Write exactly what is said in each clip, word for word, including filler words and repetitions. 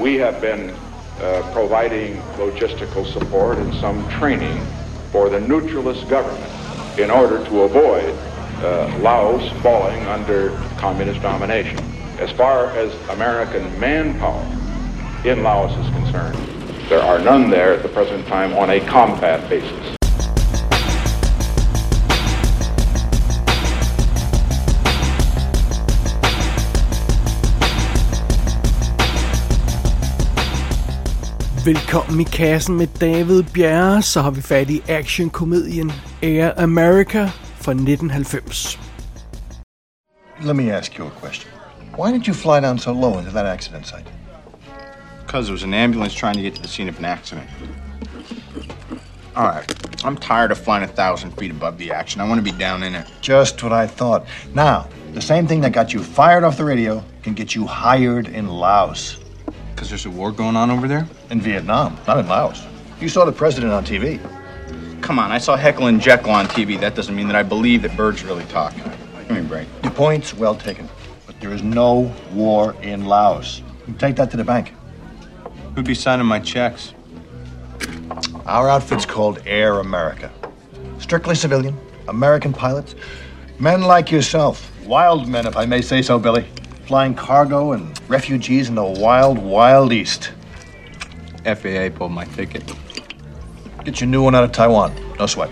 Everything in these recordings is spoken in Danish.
We have been uh, providing logistical support and some training for the neutralist government in order to avoid uh, Laos falling under communist domination. As far as American manpower in Laos is concerned, there are none there at the present time on a combat basis. Velkommen i kassen med David Bjerre, så har vi fat i actionkomedien Air America fra nitten halvfems. Let me ask you a question. Why did you fly down so low into that accident site? Because there was an ambulance trying to get to the scene of an accident. All right, I'm tired of flying a thousand feet above the action. I want to be down in it. Just what I thought. Now, the same thing that got you fired off the radio can get you hired in Laos. Because there's a war going on over there? In Vietnam, not in Laos. You saw the president on T V. Come on, I saw Heckle and Jekyll on T V. That doesn't mean that I believe that birds really talk. Give me a break. Your point's well taken. But there is no war in Laos. You take that to the bank. Who'd be signing my checks? Our outfit's called Air America. Strictly civilian, American pilots. Men like yourself. Wild men, if I may say so, Billy. Flying cargo and refugees in the wild, wild east. F A A pulled my ticket. Get your new one out of Taiwan. No sweat.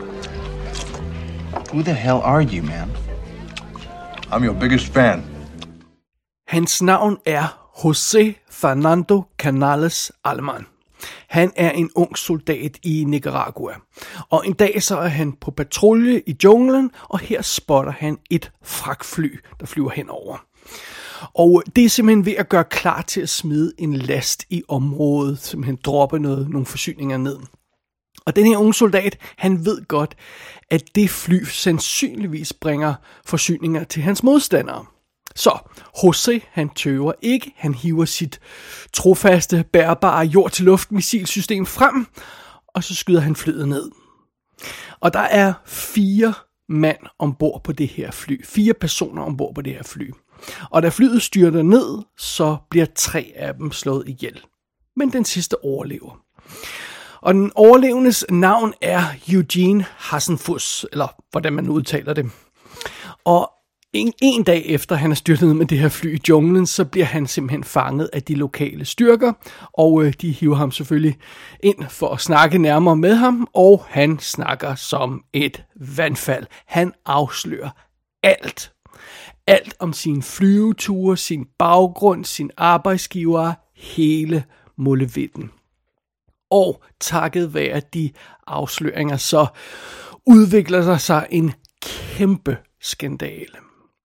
Who the hell are you, man? I'm your biggest fan. Hans navn er José Fernando Canales Aleman. Han er en ung soldat i Nicaragua, og en dag så er han på patrulje i junglen, og her spotter han et fragtfly, der flyver henover. Og det er simpelthen ved at gøre klar til at smide en last i området, simpelthen droppe noget, nogle forsyninger ned. Og den her unge soldat, han ved godt, at det fly sandsynligvis bringer forsyninger til hans modstandere. Så José, han tøver ikke, han hiver sit trofaste, bærbare jord-til-luft-missilsystem frem, og så skyder han flyet ned. Og der er fire mand ombord på det her fly, fire personer ombord på det her fly. Og da flyet styrter ned, så bliver tre af dem slået ihjel. Men den sidste overlever. Og den overlevendes navn er Eugene Hassenfuss, eller hvordan man udtaler det. Og en, en dag efter han er styrtet ned med det her fly i junglen, så bliver han simpelthen fanget af de lokale styrker. Og øh, de hiver ham selvfølgelig ind for at snakke nærmere med ham, og han snakker som et vandfald. Han afslører alt. Alt om sine flyveture, sin baggrund, sin arbejdsgiver, hele molevitten. Og takket være de afsløringer, så udvikler der sig en kæmpe skandale.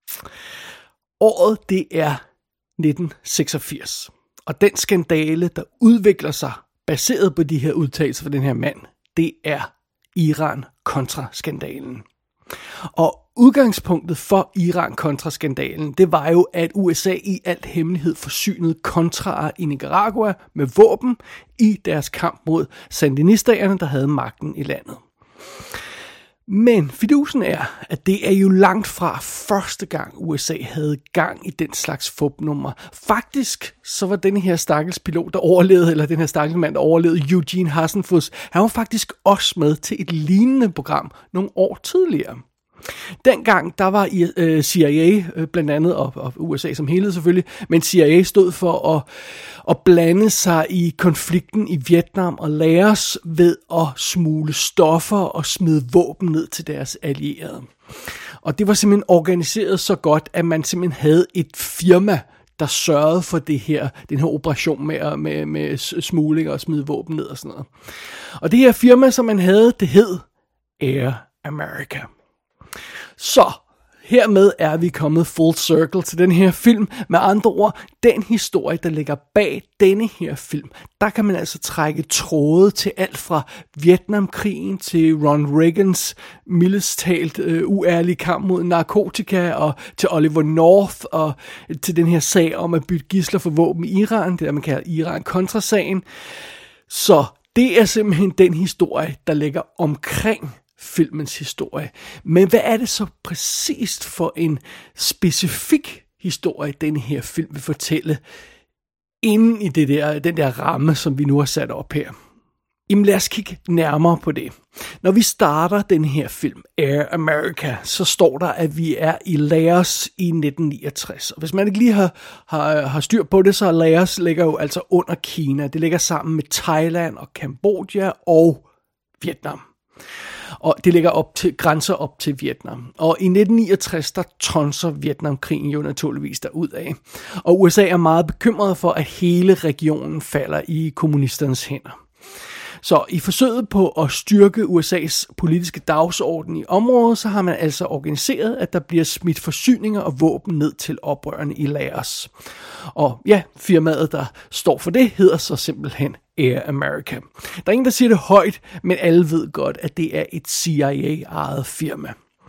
Året, det er nitten seksogfirs. Og den skandale, der udvikler sig, baseret på de her udtalelser fra den her mand, det er Iran-Contra-skandalen. Og udgangspunktet for Iran-Contra-skandalen, det var jo, at U S A i alt hemmelighed forsynede kontraer i Nicaragua med våben i deres kamp mod sandinisterne, der havde magten i landet. Men fidusen er, at det er jo langt fra første gang U S A havde gang i den slags fupnummer. Faktisk så var den her stakkels pilot, der overlevede, eller den her stakkels mand, der overlevede, Eugene Hassenfuss, han var faktisk også med til et lignende program nogle år tidligere. Dengang, der var C I A blandt andet, og, og U S A som helhed selvfølgelig, men C I A stod for at, at blande sig i konflikten i Vietnam og Laos ved at smule stoffer og smide våben ned til deres allierede. Og det var simpelthen organiseret så godt, at man simpelthen havde et firma, der sørgede for det her, den her operation med, med, med smugling og smide våben ned og sådan noget. Og det her firma, som man havde, det hed Air America. Så hermed er vi kommet full circle til den her film. Med andre ord, den historie, der ligger bag denne her film, der kan man altså trække tråde til alt fra Vietnamkrigen til Ron Reagans mildest talt uh, uærlige kamp mod narkotika, og til Oliver North, og til den her sag om at bytte gidsler for våben i Iran, det der man kalder Iran-Contra-sagen. Så det er simpelthen den historie, der ligger omkring filmens historie. Men hvad er det så præcist for en specifik historie, denne her film vil fortælle? inden i det der, den der ramme, som vi nu har sat op her. Jamen lad os kigge nærmere på det. Når vi starter den her film, Air America, så står der, at vi er i Laos i nitten niogtres. Og hvis man ikke lige har, har, har styr på det, så Laos ligger jo altså under Kina. Det ligger sammen med Thailand og Kambodja og Vietnam. Og det ligger op til, grænser op til Vietnam. Og i nitten niogtres, der tonser Vietnamkrigen jo naturligvis derudad. Og U S A er meget bekymret for, at hele regionen falder i kommunisternes hænder. Så i forsøget på at styrke U S A's politiske dagsorden i området, så har man altså organiseret, at der bliver smidt forsyninger og våben ned til oprørerne i Laos. Og ja, firmaet, der står for det, hedder så simpelthen Air America. Der er ingen, der siger det højt, men alle ved godt, at det er et C I A-ejet firma.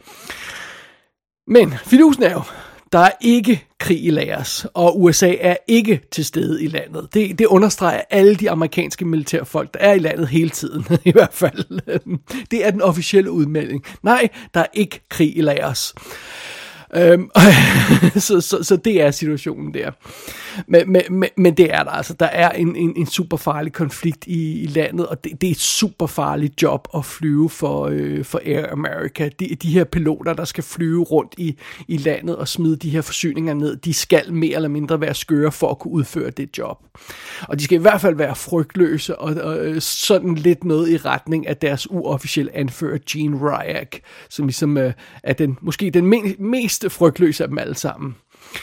Men fidusen er jo, der er ikke krig i Laos, og U S A er ikke til stede i landet. Det, det understreger alle de amerikanske militærfolk, der er i landet hele tiden, i hvert fald. Det er den officielle udmelding. Nej, der er ikke krig i Laos. Øhm, så, så, så det er situationen der. Men, men, men det er der altså. Der er en, en, en super farlig konflikt i, i landet, og det, det er et super farligt job at flyve for, øh, for Air America. De, de her piloter, der skal flyve rundt i, i landet og smide de her forsyninger ned, de skal mere eller mindre være skøre for at kunne udføre det job. Og de skal i hvert fald være frygtløse, og, og sådan lidt noget i retning af deres uofficielle anfører Gene Ryak, som ligesom øh, er den, måske den me- mest frygtløse af dem alle sammen.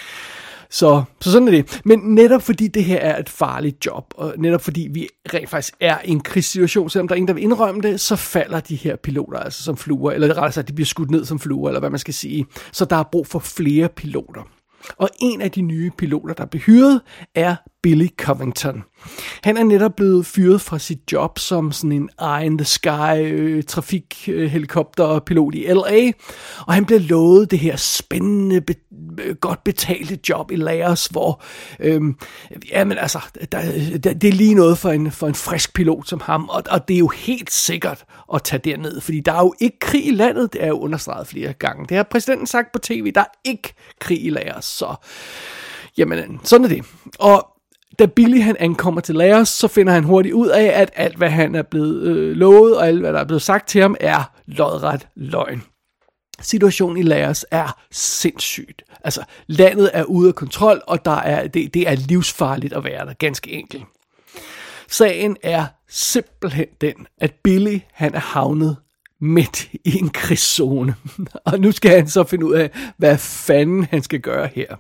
Så, så sådan er det. Men netop fordi det her er et farligt job, og netop fordi vi rent faktisk er i en krigssituation, selvom der er ingen, der vil indrømme det, så falder de her piloter altså som fluer, eller det rettere sagt, de bliver skudt ned som fluer, eller hvad man skal sige. Så der er brug for flere piloter. Og en af de nye piloter, der bliver hyret, er Billy Covington. Han er netop blevet fyret fra sit job som sådan en eye-in-the-sky øh, trafikhelikopterpilot i L A, og han bliver lovet det her spændende, be, godt betalte job i Laos, hvor øh, jamen altså, der, der, det er lige noget for en, for en frisk pilot som ham, og, og det er jo helt sikkert at tage derned, fordi der er jo ikke krig i landet, det er jo understreget flere gange. Det har præsidenten sagt på tv, der er ikke krig i Laos, så jamen, sådan er det. Og da Billy han ankommer til Laos, så finder han hurtigt ud af, at alt hvad han er blevet øh, lovet, og alt hvad der er blevet sagt til ham, er lodret løgn. Situationen i Laos er sindssygt. Altså, landet er ude af kontrol, og der er, det, det er livsfarligt at være der, ganske enkelt. Sagen er simpelthen den, at Billy han er havnet midt i en krigszone. Og nu skal han så finde ud af, hvad fanden han skal gøre her.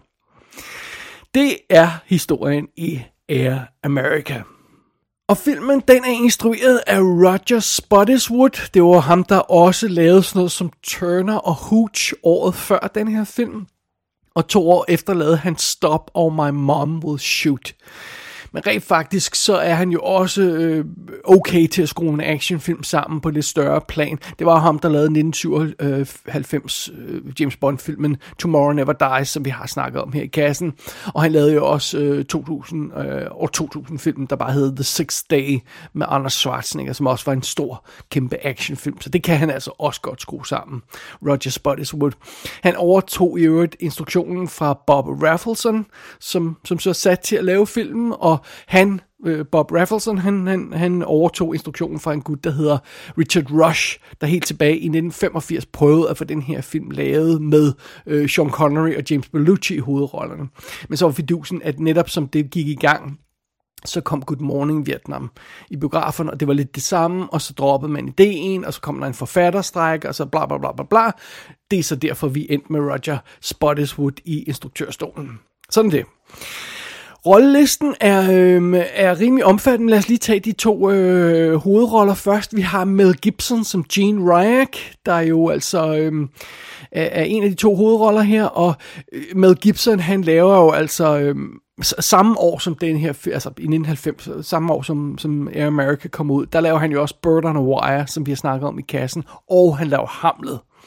Det er historien i Air America. Og filmen, den er instrueret af Roger Spottiswoode. Det var ham, der også lavede sådan noget som Turner og Hooch året før den her film. Og to år efter lavede han Stop or My Mom Will Shoot. Men rent faktisk, så er han jo også øh, okay til at skrue en actionfilm sammen på lidt større plan. Det var ham, der lavede nitten syvoghalvfems øh, James Bond-filmen Tomorrow Never Dies, som vi har snakket om her i kassen. Og han lavede jo også øh, to tusind, øh, år to tusind-filmen, der bare hed The Sixth Day med Arnold Schwarzenegger, som også var en stor, kæmpe actionfilm. Så det kan han altså også godt skrue sammen. Roger Spottiswoode. Han overtog i øvrigt instruktionen fra Bob Rafelson, som, som så sat til at lave filmen, og han, øh, Bob Rafelson, han, han, han overtog instruktionen fra en gut, der hedder Richard Rush, der helt tilbage i nitten femogfirs prøvede at få den her film lavet med øh, Sean Connery og James Belushi i hovedrollerne. Men så var fidusen, at netop som det gik i gang, så kom Good Morning Vietnam i biograferne, og det var lidt det samme, og så droppede man ideen, og så kom der en forfatterstræk, og så bla bla bla bla bla. Det er så derfor, vi endte med Roger Spottiswoode i instruktørstolen. Sådan det. Rollelisten er, øh, er rimelig omfattende. Lad os lige tage de to øh, hovedroller først. Vi har Mel Gibson som Gene Ryak, der jo altså øh, er en af de to hovedroller her, og Mel Gibson, han laver jo altså øh, samme år som den her, altså i nitten halvfems, samme år som, som Air America kom ud, der laver han jo også Bird on a Wire, som vi har snakket om i kassen, og han laver Hamlet.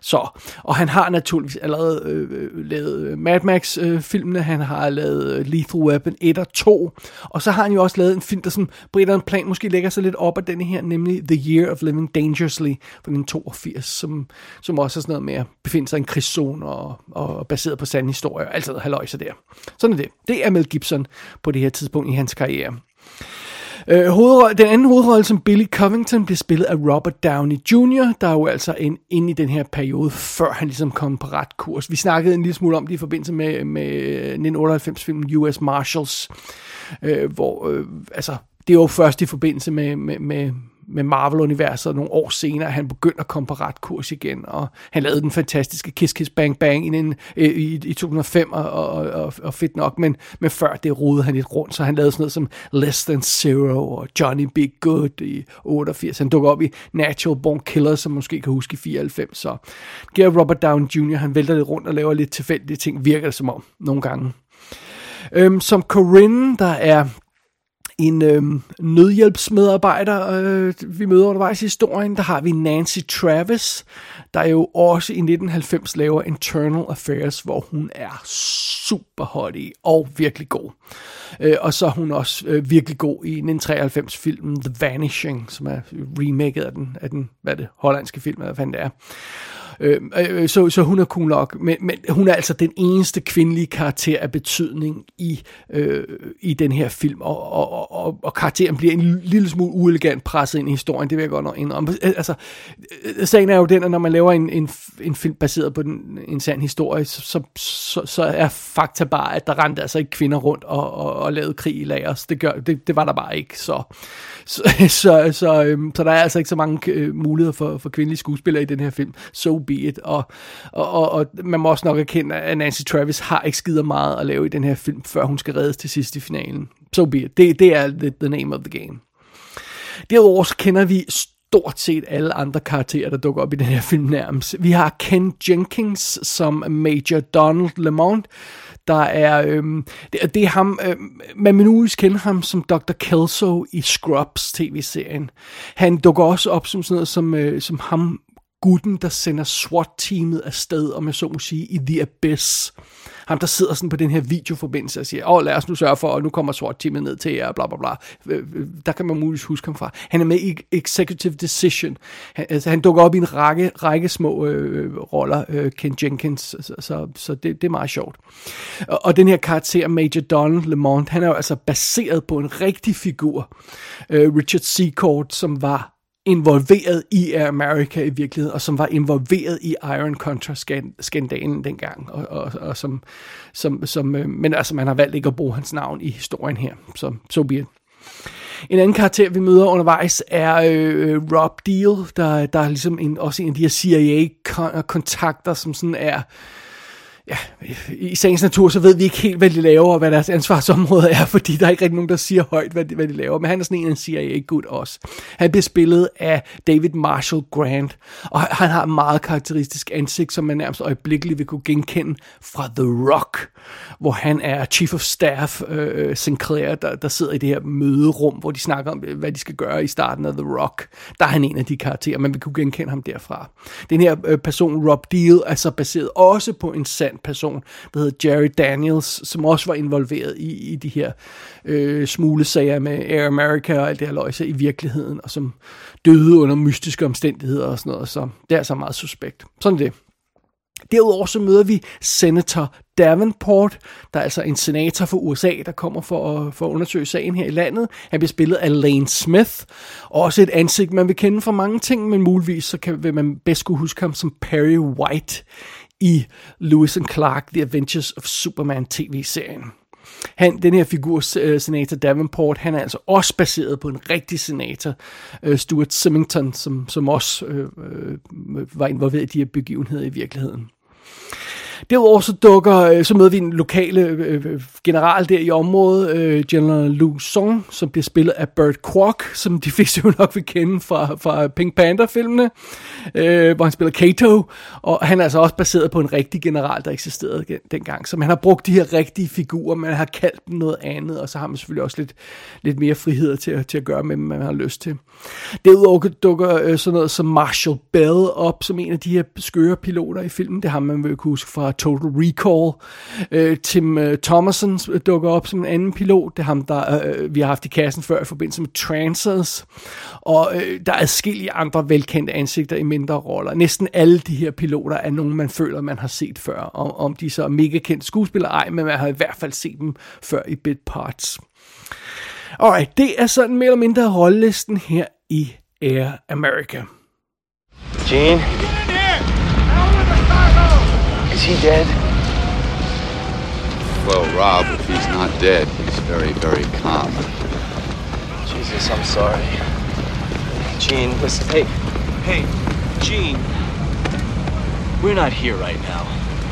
Så, og han har naturligvis allerede øh, lavet Mad Max-filmene, øh, han har lavet Lethal Weapon et og to, og så har han jo også lavet en film, der sådan, på et eller andet plan måske lægger sig lidt op af denne her, nemlig The Year of Living Dangerously fra den toogfirs, som, som også er sådan noget med at befinde sig i en krigszone og, og baseret på sande historier, altså halløjse der. Sådan er det. Det er Mel Gibson på det her tidspunkt i hans karriere. Øh, hovedrolle, den anden hovedrolle som Billy Covington bliver spillet af Robert Downey junior, der er jo altså en, inde i den her periode, før han ligesom kom på ret kurs. Vi snakkede en lille smule om det i forbindelse med, med nitten otteoghalvfems-filmen U S Marshals, øh, hvor øh, altså, det var jo først i forbindelse med, med, med med Marvel-universet nogle år senere, han begyndte at komme på ret kurs igen, og han lavede den fantastiske Kiss Kiss Bang Bang i, en, i, i to tusind og fem, og, og, og, og fedt nok, men, men før det rodede han lidt rundt, så han lavede sådan noget som Less Than Zero og Johnny Be Good i otteogfirs. Han dukker op i Natural Born Killers, som måske kan huske i fireoghalvfems, så giver Robert Downey junior, han vælter lidt rundt og laver lidt tilfældige ting, virker det som om, nogle gange. Øhm, som Corinne, der er en øhm, nødhjælpsmedarbejder, øh, vi møder undervejs i historien, der har vi Nancy Travis, der jo også i nitten halvfems laver Internal Affairs, hvor hun er super hot i og virkelig god. Øh, og så er hun også øh, virkelig god i nitten treoghalvfems-filmen The Vanishing, som er remaket af den, af den hvad det, hollandske film, eller hvad fanden det er. Øh, øh, så, så hun er cool nok, men, men hun er altså den eneste kvindelige karakter af betydning i, øh, i den her film, og, og, og, og karakteren bliver en lille smule uelegant presset ind i historien, det vil jeg godt nok indrømme. Altså, sagen er jo den, at når man laver en, en, en film baseret på den, en sand historie, så, så, så er fakta bare, at der rendte altså ikke kvinder rundt og, og, og lavede krig i Laos. Det, gør, det, det var der bare ikke, så, så, så, så, øhm, så der er altså ikke så mange øh, muligheder for, for kvindelige skuespillere i den her film, so be it. Og, og, og, og man må også nok erkende, at Nancy Travis har ikke skider meget at lave i den her film, før hun skal reddes til sidst i finalen. So be it. Det, det er the, the name of the game. Derudover så kender vi stort set alle andre karakterer, der dukker op i den her film nærmest. Vi har Ken Jenkins som Major Donald Lamont, der er, øhm, det, det er ham, øhm, man vil nu kende ham som doktor Kelso i Scrubs tv-serien. Han dukker også op som sådan noget som, øh, som ham, gutten, der sender SWAT-teamet afsted, om jeg så må sige, i The Abyss. Ham, der sidder sådan på den her videoforbindelse og siger, åh, lad os nu sørge for, og nu kommer SWAT-teamet ned til jer, bla bla bla. Der kan man muligvis huske ham fra. Han er med i Executive Decision. Han, altså, han dukker op i en række, række små øh, roller, øh, Ken Jenkins, så, så, så det, det er meget sjovt. Og, og den her karakter, Major Donald Lamont, han er jo altså baseret på en rigtig figur, øh, Richard Secord, som var involveret i Air America i virkeligheden, og som var involveret i Iron Contra-skandalen dengang, og, og, og som, som, som, men altså man har valgt ikke at bruge hans navn i historien her, så so be it. En anden karakter, vi møder undervejs, er øh, Rob Deal, der, der er ligesom en, også en af de her C I A-kontakter, som sådan er, ja, i sagens natur, så ved vi ikke helt, hvad de laver, og hvad deres ansvarsområde er, fordi der er ikke rigtig nogen, der siger højt, hvad de, hvad de laver. Men han er sådan en af C I A-gut også. Han bliver spillet af David Marshall Grant, og han har et meget karakteristisk ansigt, som man nærmest øjeblikkeligt vil kunne genkende fra The Rock, hvor han er Chief of Staff øh, Sinclair, der, der sidder i det her møderum, hvor de snakker om, hvad de skal gøre i starten af The Rock. Der er han en af de karakterer, man vil kunne genkende ham derfra. Den her øh, person, Rob Deal, er så baseret også på en sand person, der hedder Jerry Daniels, som også var involveret i, i de her øh, smuglesager med Air America og alt det her løjse i virkeligheden, og som døde under mystiske omstændigheder og sådan noget, så det er altså meget suspekt. Sådan det. Derudover så møder vi Senator Davenport, der er altså en senator for U S A, der kommer for at, for at undersøge sagen her i landet. Han bliver spillet af Lane Smith, også et ansigt, man vil kende for mange ting, men muligvis så kan, vil man bedst kunne huske ham som Perry White i Lewis and Clark, The Adventures of Superman tv-serien. Han, den her figur, uh, senator Davenport, han er altså også baseret på en rigtig senator, uh, Stuart Symington, som, som også uh, uh, var involveret i de her begivenheder i virkeligheden. Derudover så dukker, så møder vi en lokale øh, general der i området, øh, General Lu Song, som bliver spillet af Burt Kwok, som de fleste jo nok vil kende fra, fra Pink Panther-filmene, øh, hvor han spiller Kato, og han er altså også baseret på en rigtig general, der eksisterede dengang, så man har brugt de her rigtige figurer, man har kaldt dem noget andet, og så har man selvfølgelig også lidt, lidt mere frihed til, til at gøre med dem, man har lyst til. Derudover dukker øh, sådan noget som Marshall Bell op, som en af de her skøre piloter i filmen, det har man vel kunne huske fra Total Recall. Øh, Tim øh, Thomerson dukker op som en anden pilot, det er ham, der øh, vi har haft i kassen før i forbindelse med Trancers, og øh, der er adskillige andre velkendte ansigter i mindre roller. Næsten alle de her piloter er nogen, man føler, man har set før, og om de så er mega kendte skuespillere, ej, men man har i hvert fald set dem før i bit parts. Alright, det er sådan mere eller mindre rollelisten her i Air America. Gene? Is he dead? Well, Rob, if he's not dead, he's very, very calm. Jesus, I'm sorry. Gene, listen, hey, hey, Gene, we're not here right now.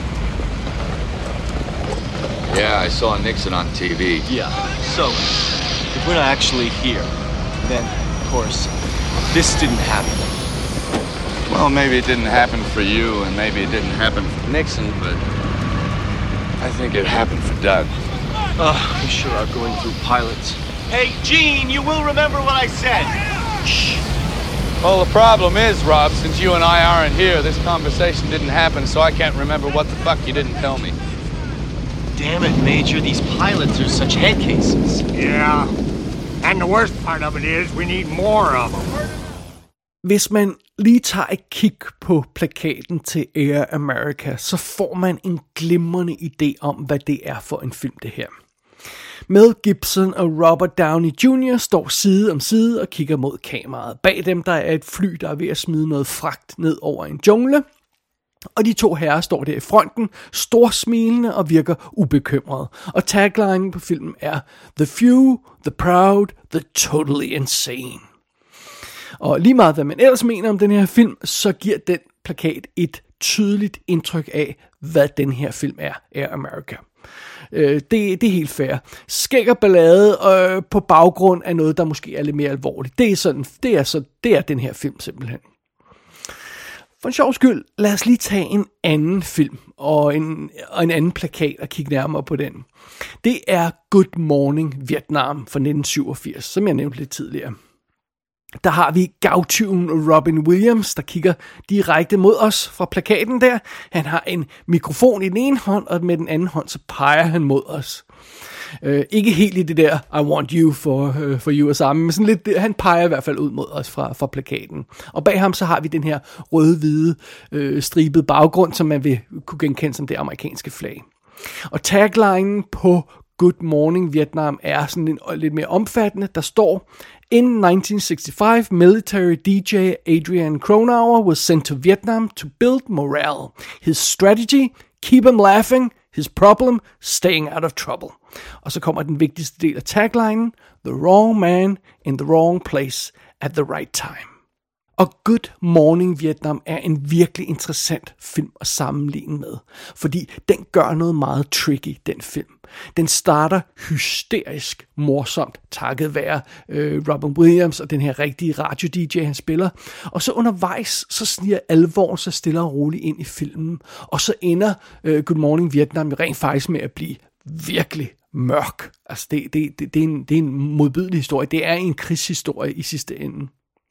Yeah, I saw Nixon on T V. Yeah, so, if we're not actually here, then, of course, this didn't happen. Well, maybe it didn't happen for you, and maybe it didn't happen for Nixon, but I think it happened for Doug. Oh, we sure are going through pilots. Hey, Gene, you will remember what I said. Shh. Well, the problem is, Rob, since you and I aren't here, this conversation didn't happen, so I can't remember what the fuck you didn't tell me. Damn it, Major, these pilots are such head cases. Yeah, and the worst part of it is we need more of them. Hvis man lige tager et kig på plakaten til Air America, så får man en glimrende idé om, hvad det er for en film, det her. Mel Gibson og Robert Downey junior står side om side og kigger mod kameraet. Bag dem der er et fly, der er ved at smide noget fragt ned over en jungle. Og de to herrer står der i fronten, storsmilende og virker ubekymrede. Og taglinen på filmen er The Few, The Proud, The Totally Insane. Og lige meget hvad man ellers mener om den her film, så giver den plakat et tydeligt indtryk af, hvad den her film er, Air America. Øh, det, det er helt fair. Skæg og ballade øh, på baggrund af noget, der måske er lidt mere alvorligt. Det er, sådan, det, er så, det er den her film simpelthen. For en sjov skyld, lad os lige tage en anden film og en, og en anden plakat og kigge nærmere på den. Det er Good Morning Vietnam fra nitten syvogfirs, som jeg nævnte lidt tidligere. Der har vi gavtyven Robin Williams, der kigger direkte mod os fra plakaten der. Han har en mikrofon i den ene hånd, og med den anden hånd, så peger han mod os. Uh, ikke helt i det der, I want you for, uh, for U S Army, men sådan lidt, han peger i hvert fald ud mod os fra, fra plakaten. Og bag ham så har vi den her røde-hvide uh, stribede baggrund, som man vil kunne genkende som det amerikanske flag. Og taglinen på Good Morning Vietnam er sådan lidt, lidt mere omfattende. Der står, in nineteen sixty-five, military D J Adrian Cronauer was sent to Vietnam to build morale. His strategy, keep them laughing. His problem, staying out of trouble. Og så kommer den vigtigste del af taglinen, the wrong man in the wrong place at the right time. Og Good Morning Vietnam er en virkelig interessant film at sammenligne med, fordi den gør noget meget tricky, den film. Den starter hysterisk morsomt, takket være øh, Robin Williams og den her rigtige radio-D J, han spiller. Og så undervejs, så sniger alvoren så stille og roligt ind i filmen. Og så ender øh, Good Morning Vietnam rent faktisk med at blive virkelig mørk. Altså det, det, det, det, er, en, det er en modbydelig historie. Det er en krigshistorie i sidste ende.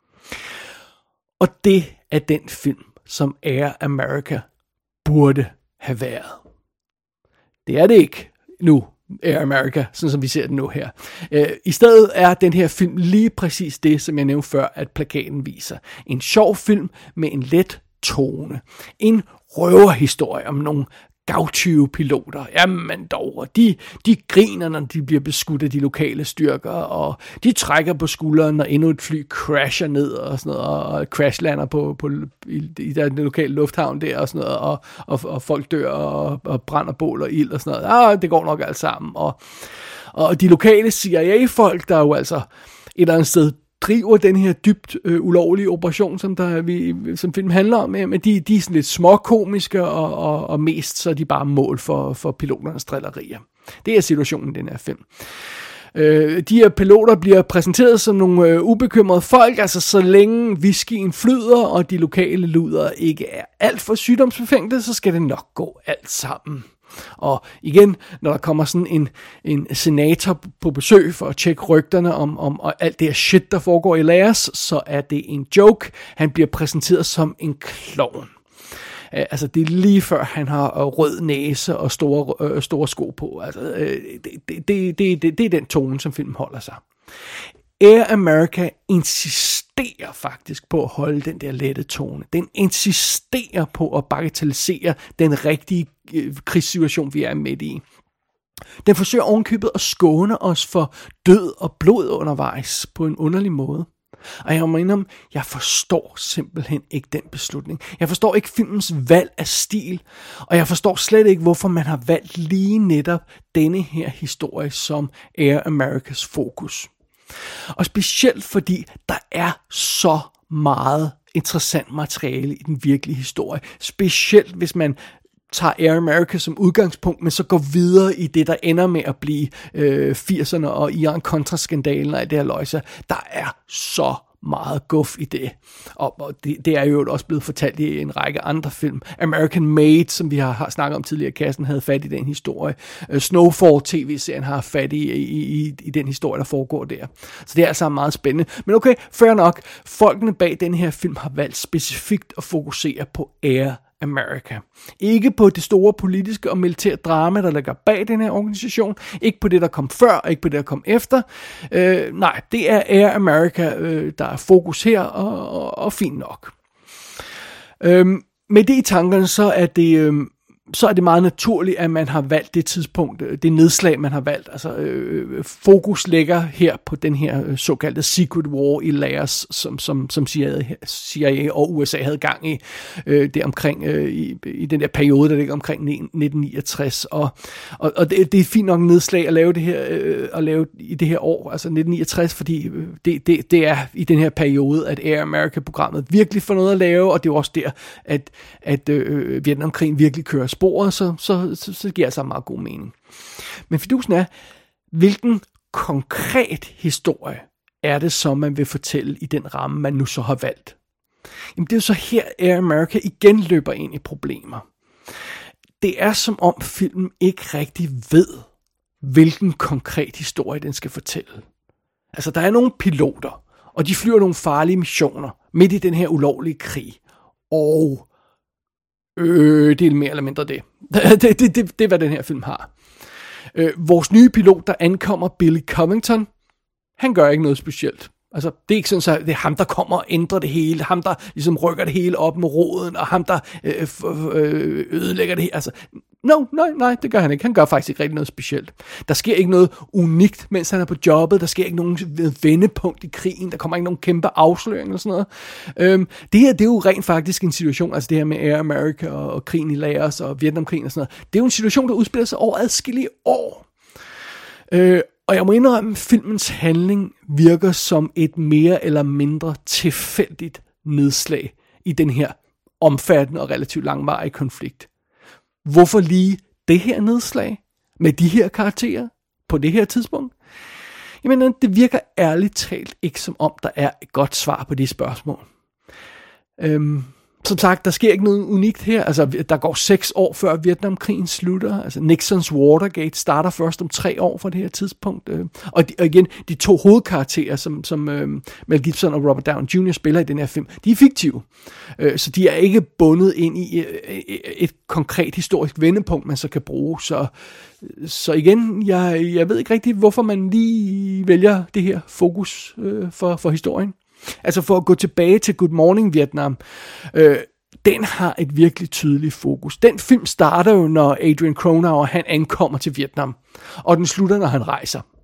Og det er den film, som Air America burde have været. Det er det ikke nu, Air America, sådan som vi ser den nu her. I stedet er den her film lige præcis det, som jeg nævnte før, at plakaten viser. En sjov film med en let tone. En røverhistorie om nogle gavtyve piloter. Jamen dog, og de, de griner, når de bliver beskudt af de lokale styrker, og de trækker på skulderen, når endnu et fly crasher ned, og sådan noget, og crashlander på, på, i, i den lokale lufthavn der, og sådan noget, og, og, og folk dør, og, og brænder bål og ild, og sådan noget. Ah, det går nok alt sammen. Og, og de lokale C I A-folk, der jo altså et eller andet sted driver den her dybt øh, ulovlige operation, som, der, vi, som film handler om, men de, de er sådan lidt småkomiske, og, og, og mest så er de bare mål for, for piloternes drillerier. Det er situationen i den her film. Øh, de her piloter bliver præsenteret som nogle øh, ubekymrede folk, altså så længe whiskyen flyder, og de lokale luder ikke er alt for sygdomsbefængte, så skal det nok gå alt sammen. Og igen, når der kommer sådan en, en senator på besøg for at tjekke rygterne om, om og alt det her shit, der foregår i Laos, så er det en joke. Han bliver præsenteret som en klovn. Altså, det er lige før, han har rød næse og store, øh, store sko på. Altså, øh, det, det, det, det, det er den tone, som filmen holder sig. Air America insisterer faktisk på at holde den der lette tone. Den insisterer på at bagatellisere den rigtige øh, krigssituation, vi er midt i. Den forsøger ovenkøbet at skåne os for død og blod undervejs på en underlig måde. Og jeg må indrømme, jeg forstår simpelthen ikke den beslutning. Jeg forstår ikke filmens valg af stil, og jeg forstår slet ikke, hvorfor man har valgt lige netop denne her historie som Air Americas fokus. Og specielt fordi der er så meget interessant materiale i den virkelige historie. Specielt hvis man tager Air America som udgangspunkt, men så går videre i det, der ender med at blive øh, firserne og Iran-Contra-skandalen og det her løjse. Der er så meget guf i det. Og, og det, det er jo også blevet fortalt i en række andre film. American Made, som vi har, har snakket om tidligere i kassen, havde fat i den historie. Uh, Snowfall tv-serien har fat i, i, i, i den historie, der foregår der. Så det er altså meget spændende. Men okay, fair nok. Folkene bag den her film har valgt specifikt at fokusere på Air America. Ikke på det store politiske og militære drama, der ligger bag den her organisation. Ikke på det, der kom før, og ikke på det, der kom efter. Øh, nej, det er Air America, øh, der er fokus her, og, og, og fint nok. Øh, med det i tankerne, så er det... Øh, så er det meget naturligt, at man har valgt det tidspunkt, det nedslag, man har valgt. Altså, øh, fokus ligger her på den her såkaldte Secret War i Laos, som, som, som C I A og U S A havde gang i, øh, det omkring, øh, i, i den der periode, der ligger omkring nitten niogtres. Og, og, og det, det er fint nok nedslag at lave det her, øh, at lave i det her år, altså nitten niogtres, fordi det, det, det er i den her periode, at Air America-programmet virkelig får noget at lave, og det er også der, at, at øh, Vietnamkrigen virkelig kører sporet, så, så, så, så det giver altså meget god mening. Men fidusen er, hvilken konkret historie er det så, man vil fortælle i den ramme, man nu så har valgt? Jamen det er jo så her, Air America igen løber ind i problemer. Det er som om filmen ikke rigtig ved, hvilken konkret historie den skal fortælle. Altså der er nogle piloter, og de flyver nogle farlige missioner midt i den her ulovlige krig. Og Øh, det er mere eller mindre det. det, det, det, det, det er, hvad den her film har. Øh, vores nye pilot, der ankommer, Billy Covington, han gør ikke noget specielt. Altså, det er ikke sådan, at det er ham, der kommer og ændrer det hele, ham, der ligesom rykker det hele op med roden, og ham, der øh, øh, ødelægger det hele. Altså, no, nej, nej, det gør han ikke. Han gør faktisk ikke rigtig noget specielt. Der sker ikke noget unikt, mens han er på jobbet. Der sker ikke nogen vendepunkt i krigen. Der kommer ikke nogen kæmpe afsløring eller sådan noget. Øhm, det her, det er jo rent faktisk en situation, altså det her med Air America og, og krigen i Laos og Vietnamkrigen og sådan noget. Det er jo en situation, der udspiller sig over adskillige år. Øh, Og jeg må indrømme, at filmens handling virker som et mere eller mindre tilfældigt nedslag i den her omfattende og relativt langvarige konflikt. Hvorfor lige det her nedslag med de her karakterer på det her tidspunkt? Jamen, det virker ærligt talt ikke som om, der er et godt svar på de spørgsmål. Øhm... Som sagt, der sker ikke noget unikt her. Altså, der går seks år før Vietnamkrigen slutter. Altså, Nixons Watergate starter først om tre år fra det her tidspunkt. Og, de, og igen, de to hovedkarakterer, som, som øh, Mel Gibson og Robert Downey junior spiller i den her film, de er fiktive. Øh, så de er ikke bundet ind i øh, et konkret historisk vendepunkt, man så kan bruge. Så, så igen, jeg, jeg ved ikke rigtig, hvorfor man lige vælger det her fokus øh, for, for historien. Altså for at gå tilbage til Good Morning Vietnam, øh, den har et virkelig tydeligt fokus. Den film starter jo, når Adrian Cronauer han ankommer til Vietnam, og den slutter, når han rejser.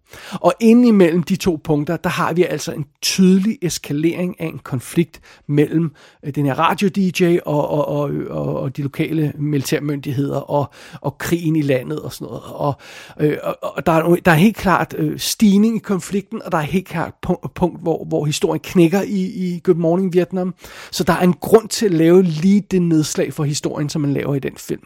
Og inde imellem de to punkter, der har vi altså en tydelig eskalering af en konflikt mellem den her radio-D J og, og, og, og, og de lokale militærmyndigheder og, og krigen i landet og sådan noget. Og, øh, og der, er, der er helt klart øh, stigning i konflikten, og der er helt klart punkt, punkt hvor, hvor historien knækker i, i Good Morning Vietnam. Så der er en grund til at lave lige det nedslag for historien, som man laver i den film.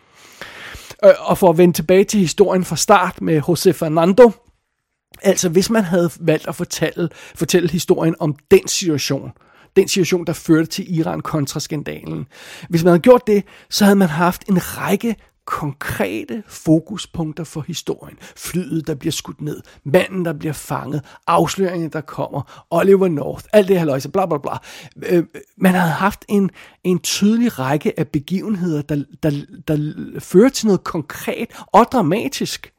Og for at vende tilbage til historien fra start med José Fernando, altså hvis man havde valgt at fortælle, fortælle historien om den situation, den situation, der førte til Iran-Contra-skandalen. Hvis man havde gjort det, så havde man haft en række konkrete fokuspunkter for historien. Flyet, der bliver skudt ned, manden, der bliver fanget, afsløringen, der kommer, Oliver North, alt det her løjse, bla bla bla. Øh, man havde haft en, en tydelig række af begivenheder, der, der, der fører til noget konkret og dramatisk.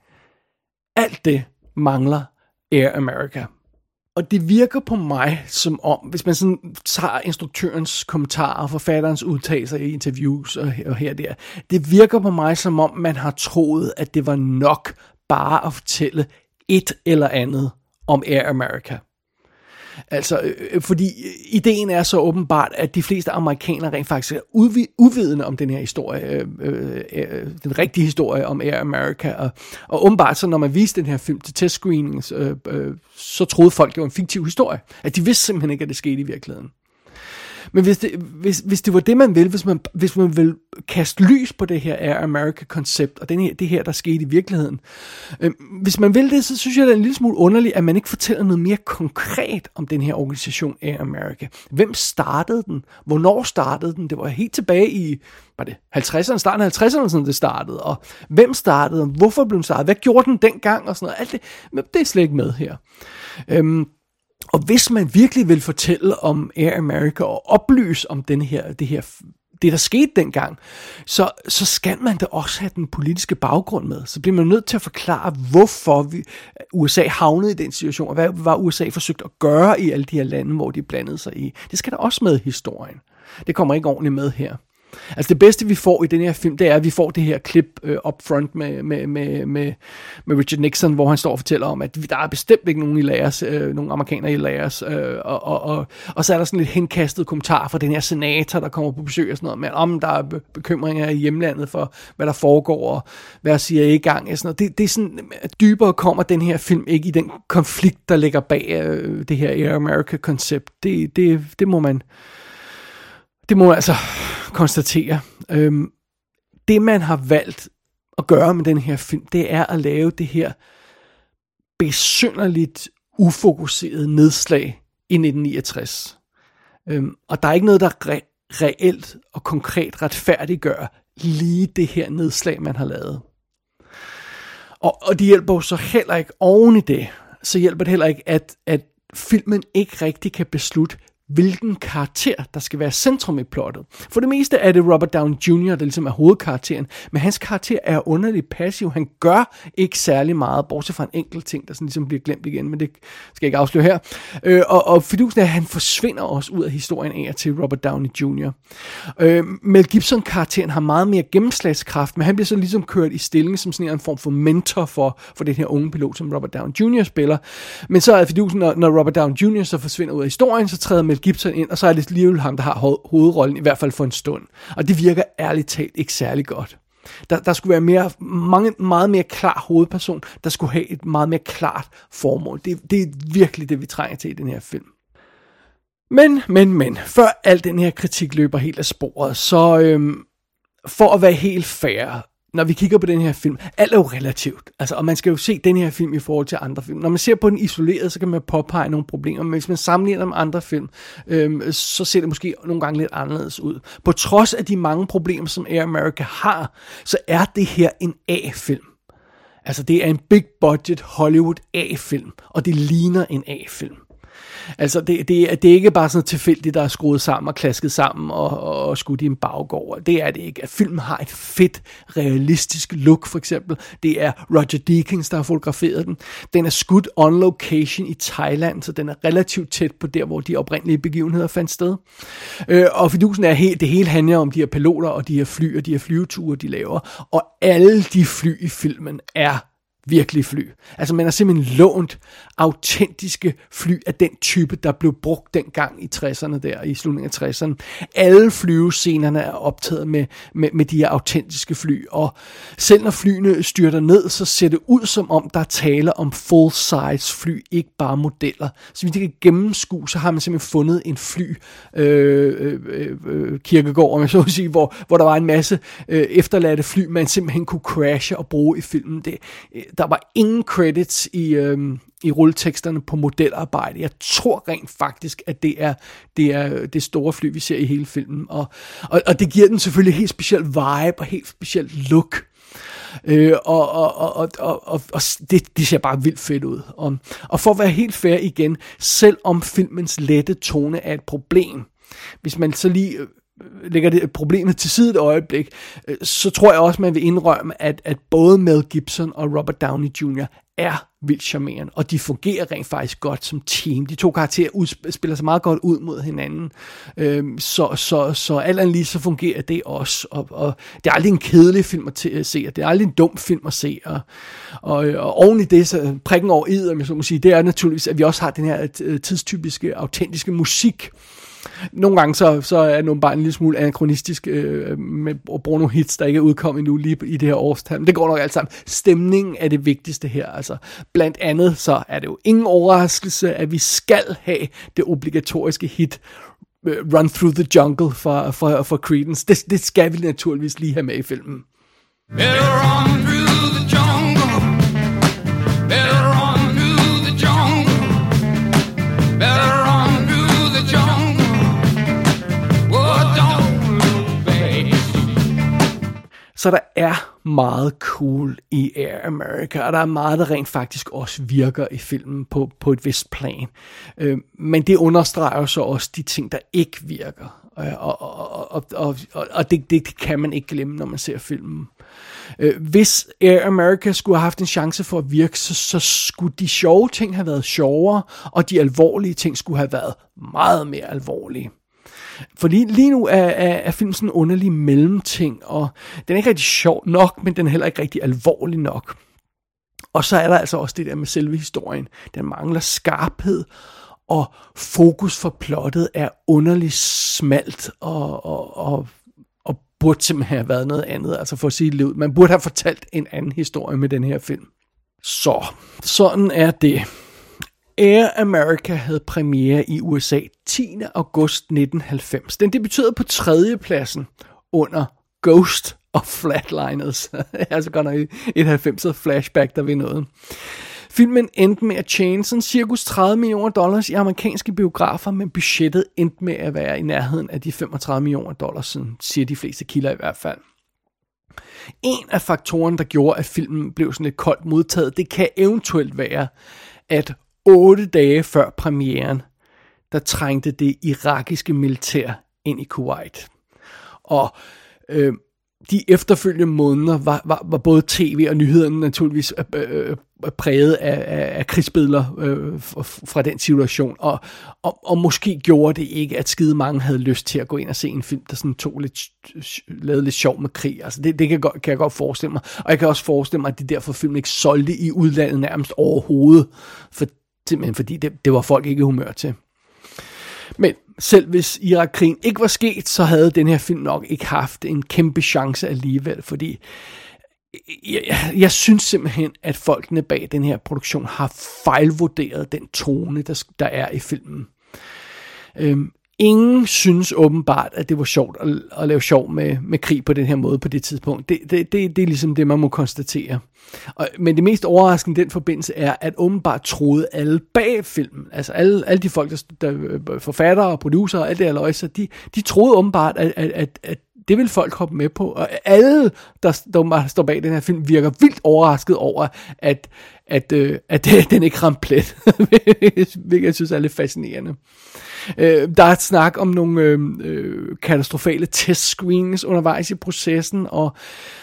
Alt det mangler Air America. Og det virker på mig som om, hvis man sådan tager instruktørens kommentarer og forfatterens udtalelser i interviews og, og her og der, det virker på mig som om, man har troet, at det var nok bare at fortælle et eller andet om Air America. Altså, øh, fordi ideen er så åbenbart, at de fleste amerikanere rent faktisk er uvi- uvidende om den her historie, øh, øh, den rigtige historie om Air America. Og, og åbenbart, så når man viste den her film til testscreenings, øh, øh, så troede folk, det var en fiktiv historie. At de vidste simpelthen ikke, at det skete i virkeligheden. Men hvis det, hvis, hvis det var det, man ville, hvis man, hvis man ville kaste lys på det her Air America-koncept, og den her, det her, der skete i virkeligheden, øh, hvis man vil det, så synes jeg, det er en lille smule underligt, at man ikke fortæller noget mere konkret om den her organisation Air America. Hvem startede den? Hvornår startede den? Det var helt tilbage i, var det halvtredserne, starten af halvtredserne, sådan det startede, og hvem startede den? Hvorfor blev den startet? Hvad gjorde den dengang? Og sådan noget. Alt det, men det er slet ikke med her. Øhm, Og hvis man virkelig vil fortælle om Air America og oplyse om den her, det her, det der skete dengang, så, så skal man da også have den politiske baggrund med. Så bliver man nødt til at forklare, hvorfor vi, U S A havnede i den situation, og hvad var U S A forsøgt at gøre i alle de her lande, hvor de blandede sig i. Det skal der også med i historien. Det kommer ikke ordentligt med her. Altså det bedste vi får i den her film, det er at vi får det her klip øh, up front med, med, med, med, med Richard Nixon, hvor han står og fortæller om, at der er bestemt ikke nogen i Laos, øh, nogen amerikanere i Laos, øh, og, og, og, og så er der sådan lidt henkastet kommentar fra den her senator, der kommer på besøg og sådan noget, men om der er bekymringer i hjemlandet for, hvad der foregår, og hvad C I A er i gang. Og sådan noget. Det, det er sådan, dybere kommer den her film ikke i den konflikt, der ligger bag øh, det her Air America-koncept. Det, det, det må man... Det må man altså konstatere. Øhm, det man har valgt at gøre med den her film, det er at lave det her besynderligt ufokuseret nedslag i nitten niogtres. Øhm, og der er ikke noget, der re- reelt og konkret retfærdiggør lige det her nedslag, man har lavet. Og, og det hjælper jo så heller ikke oven i det, så hjælper det heller ikke, at, at filmen ikke rigtig kan beslutte, hvilken karakter, der skal være centrum i plottet. For det meste er det Robert Downey junior, der ligesom er hovedkarakteren, men hans karakter er underligt passiv. Han gør ikke særlig meget, bortset fra en enkelt ting, der sådan ligesom bliver glemt igen, men det skal jeg ikke afsløre her. Øh, og, og fidusen er, at han forsvinder også ud af historien af til Robert Downey junior Øh, Mel Gibson-karakteren har meget mere gennemslagskraft, men han bliver så ligesom kørt i stilling som sådan en form for mentor for, for den her unge pilot, som Robert Downey junior spiller. Men så er fidusen, når, når Robert Downey junior så forsvinder ud af historien, så træder Mel Gibson ind, og så er det alligevel ham, der har ho- hovedrollen, i hvert fald for en stund. Og det virker ærligt talt ikke særlig godt. Der, der skulle være mere, mange, meget mere klar hovedperson, der skulle have et meget mere klart formål. Det, det er virkelig det, vi trænger til i den her film. Men, men, men, før al den her kritik løber helt af sporet, så øhm, for at være helt fair, når vi kigger på den her film, alt er jo relativt. Altså, og man skal jo se den her film i forhold til andre film. Når man ser på den isoleret, så kan man påpege nogle problemer, men hvis man sammenligner med andre film, øhm, så ser det måske nogle gange lidt anderledes ud. På trods af de mange problemer, som Air America har, så er det her en A-film. Altså, det er en big budget Hollywood A-film, og det ligner en A-film. Altså, det, det, er, det er ikke bare sådan tilfældigt, der er skruet sammen og klasket sammen og, og, og skudt i en baggård. Det er det ikke. At filmen har et fedt, realistisk look, for eksempel. Det er Roger Deakins, der har fotograferet den. Den er skudt on location i Thailand, så den er relativt tæt på der, hvor de oprindelige begivenheder fandt sted. Øh, og fidusen er helt, det hele handler om de her piloter og de her fly og de her flyveture, de laver. Og alle de fly i filmen er virkelige fly. Altså man har simpelthen lånt autentiske fly af den type, der blev brugt dengang i tresserne der, i slutningen af tresserne. Alle flyvescenerne er optaget med, med, med de her autentiske fly, og selv når flyene styrter ned, så ser det ud som om, der er tale om full-size fly, ikke bare modeller. Så hvis de kan gennemskue, så har man simpelthen fundet en fly øh, øh, øh, kirkegård, om jeg så vil sige, hvor, hvor der var en masse øh, efterladte fly, man simpelthen kunne crashe og bruge i filmen. Det, der var ingen credits i, øh, i rulleteksterne på modelarbejde. Jeg tror rent faktisk, at det er det, er det store fly, vi ser i hele filmen. Og, og, og det giver den selvfølgelig helt speciel vibe og helt speciel look. Øh, og og, og, og, og, og det, det ser bare vildt fedt ud. Og, og for at være helt fair igen, selvom filmens lette tone er et problem, hvis man så lige lægger det problemet til side et øjeblik, så tror jeg også, man vil indrømme, at, at både Mel Gibson og Robert Downey junior er vildt charmerende, og de fungerer rent faktisk godt som team. De to karakterer udspiller, spiller sig meget godt ud mod hinanden, øhm, så, så, så alt andet lige så fungerer det også, og, og det er aldrig en kedelig film at, at se, og det er aldrig en dum film at se, og, og, og oven i det, så prikken over i'et, om jeg så må sige, det er naturligvis, at vi også har den her tidstypiske, autentiske musik. Nogle gange så, så er nogle bare en lille smule anachronistisk øh, med at bruge nogle hits, der ikke er udkommet endnu lige i det her årstal. Men det går nok alt sammen. Stemningen er det vigtigste her. Altså, blandt andet så er det jo ingen overraskelse, at vi skal have det obligatoriske hit Run Through the Jungle fra, fra, fra Creedence. Det, det skal vi naturligvis lige have med i filmen. Better run through the jungle. Better run through the jungle. Better run through the jungle. Så der er meget cool i Air America, og der er meget, der rent faktisk også virker i filmen på, på et vist plan. Øh, men det understreger så også de ting, der ikke virker. Og, og, og, og, og, og det, det kan man ikke glemme, når man ser filmen. Øh, hvis Air America skulle have haft en chance for at virke, så, så skulle de sjove ting have været sjovere, og de alvorlige ting skulle have været meget mere alvorlige. Fordi lige nu er, er, er filmen sådan en underlig mellemting, og den er ikke rigtig sjov nok, men den er heller ikke rigtig alvorlig nok. Og så er der altså også det der med selve historien. Den mangler skarphed, og fokus for plottet er underligt smalt, og, og, og, og burde simpelthen have været noget andet, altså for at sige det ud. Man burde have fortalt en anden historie med den her film. Så, sådan er det. Air America havde premiere i U S A tiende august nitten halvfems. Den debuterede på tredjepladsen under Ghost og Flatliners. Altså godt nok et halvfemser flashback, der ved noget. Filmen endte med at tjene sådan cirkus tredive millioner dollars i amerikanske biografer, men budgettet endte med at være i nærheden af de femogtredive millioner dollars, sådan siger de fleste kilder i hvert fald. En af faktorerne, der gjorde, at filmen blev sådan lidt koldt modtaget, det kan eventuelt være, at otte dage før premieren, der trængte det irakiske militær ind i Kuwait. Og øh, de efterfølgende måneder var, var, var både tv og nyhederne naturligvis øh, øh, præget af, af, af krigsbilleder øh, fra den situation. Og, og, og måske gjorde det ikke, at skide mange havde lyst til at gå ind og se en film, der sådan tog lidt, lavede lidt sjov med krig. Altså det, det kan, godt, kan jeg godt forestille mig. Og jeg kan også forestille mig, at det derfor film ikke solgte i udlandet nærmest overhovedet. For simpelthen fordi det, det var folk ikke humør til. Men selv hvis Irak-krigen ikke var sket, så havde den her film nok ikke haft en kæmpe chance alligevel, fordi jeg, jeg, jeg synes simpelthen, at folkene bag den her produktion har fejlvurderet den tone, der, der er i filmen. Øhm, ingen synes åbenbart, at det var sjovt at, at lave sjov med, med krig på den her måde på det tidspunkt. Det, det, det, det er ligesom det, man må konstatere. Og, men det mest overraskende i den forbindelse er, at åbenbart troede alle bag filmen, altså alle, alle de folk, der, der forfattere og producer og alt det her løjse, de, de troede åbenbart, at, at, at, at det vil folk hoppe med på. Og alle, der, der står bag den her film, virker vildt overrasket over, at, at, at, at den ikke ramte plet. Hvilket jeg synes er lidt fascinerende. Øh, der er et snak om nogle øh, katastrofale testscreenings undervejs i processen, og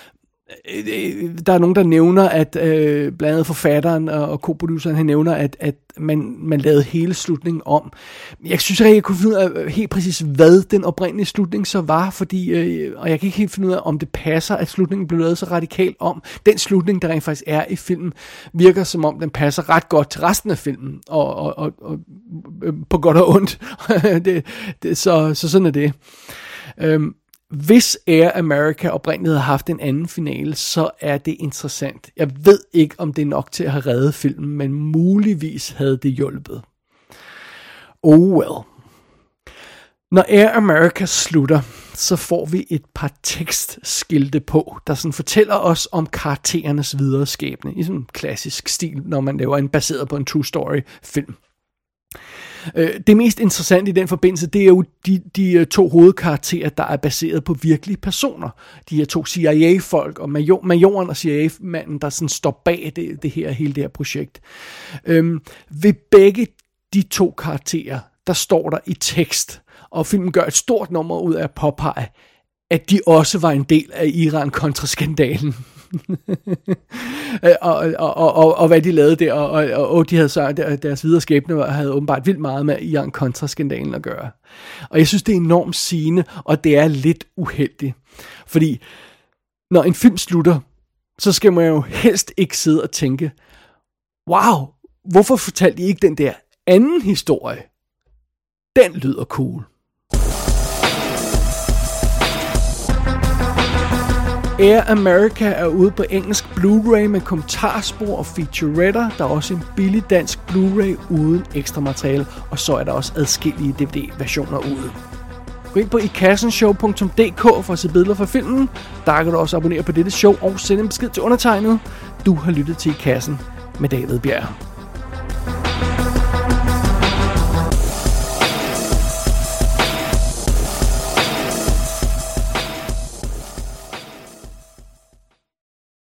der er nogen, der nævner, at øh, blandt andet forfatteren og, og co-produceren, han nævner, at, at man, man lavede hele slutningen om. Jeg synes ikke, jeg kunne finde ud af helt præcis, hvad den oprindelige slutning så var, fordi, øh, og jeg kan ikke helt finde ud af, om det passer, at slutningen blev lavet så radikalt om. Den slutning, der rent faktisk er i filmen, virker som om, den passer ret godt til resten af filmen, og, og, og, og øh, på godt og ondt. det, det, så, så sådan er det. Øhm, Hvis Air America oprindeligt havde haft en anden finale, så er det interessant. Jeg ved ikke, om det er nok til at have reddet filmen, men muligvis havde det hjulpet. Oh well. Når Air America slutter, så får vi et par tekstskilte på, der sådan fortæller os om karakterernes videre skæbne, i sådan en klassisk stil, når man laver en baseret på en true story film. Det mest interessante i den forbindelse, det er jo de, de to hovedkarakterer, der er baseret på virkelige personer. De her to C I A-folk, og major, majoren og C I A-manden, der sådan står bag det, det her, hele det her projekt. Øhm, ved begge de to karakterer, der står der i tekst, og filmen gør et stort nummer ud af at påpege, at de også var en del af Iran-Contra-skandalen. og, og, og, og, og hvad de lavede der, og, og, og de havde så, deres videre skæbne havde åbenbart vildt meget med Iran-Contra-skandalen at gøre. Og jeg synes, det er enormt sigende, og det er lidt uheldigt. Fordi når en film slutter, så skal man jo helst ikke sidde og tænke, wow, hvorfor fortalte I ikke den der anden historie? Den lyder cool. Air America er ude på engelsk Blu-ray med kommentarspor og featuretter. Der er også en billig dansk Blu-ray uden ekstra materiale, og så er der også adskillige D V D-versioner ude. Gå ind på i kassen show punktum d k for at se billeder fra filmen. Der kan du også abonnere på dette show og sende en besked til undertegnet. Du har lyttet til I Kassen med David Bjerg.